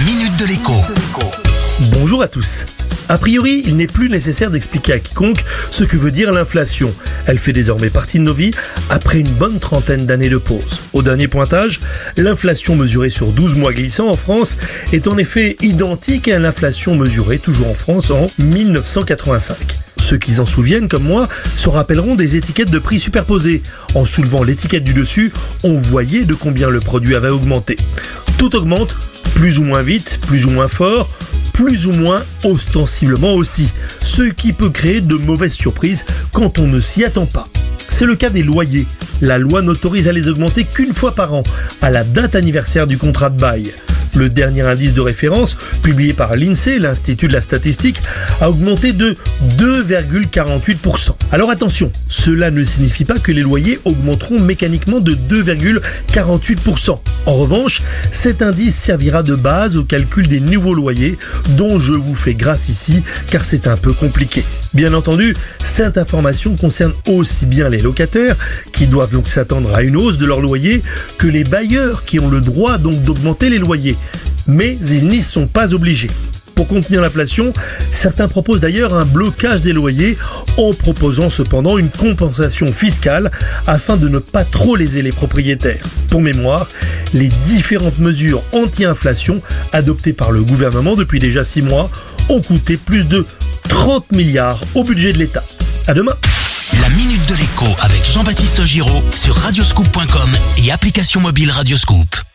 Minute de l'écho. Bonjour à tous. A priori, il n'est plus nécessaire d'expliquer à quiconque ce que veut dire l'inflation. Elle fait désormais partie de nos vies après une bonne trentaine d'années de pause. Au dernier pointage, l'inflation mesurée sur 12 mois glissants en France est en effet identique à l'inflation mesurée toujours en France en 1985. Ceux qui s'en souviennent, comme moi, se rappelleront des étiquettes de prix superposées. En soulevant l'étiquette du dessus, on voyait de combien le produit avait augmenté. Tout augmente, plus ou moins vite, plus ou moins fort, plus ou moins ostensiblement aussi, ce qui peut créer de mauvaises surprises quand on ne s'y attend pas. C'est le cas des loyers. La loi n'autorise à les augmenter qu'une fois par an, à la date anniversaire du contrat de bail. Le dernier indice de référence, publié par l'INSEE, l'Institut de la Statistique, a augmenté de 2,48%. Alors attention, cela ne signifie pas que les loyers augmenteront mécaniquement de 2,48%. En revanche, cet indice servira de base au calcul des nouveaux loyers, dont je vous fais grâce ici, car c'est un peu compliqué. Bien entendu, cette information concerne aussi bien les locataires, qui doivent donc s'attendre à une hausse de leur loyer, que les bailleurs, qui ont le droit donc d'augmenter les loyers. Mais ils n'y sont pas obligés. Pour contenir l'inflation, certains proposent d'ailleurs un blocage des loyers en proposant cependant une compensation fiscale afin de ne pas trop léser les propriétaires. Pour mémoire, les différentes mesures anti-inflation adoptées par le gouvernement depuis déjà 6 mois ont coûté plus de 30 milliards au budget de l'État. À demain. La Minute de l'écho avec Jean-Baptiste Giraud sur radioscoop.com et application mobile Radioscoop.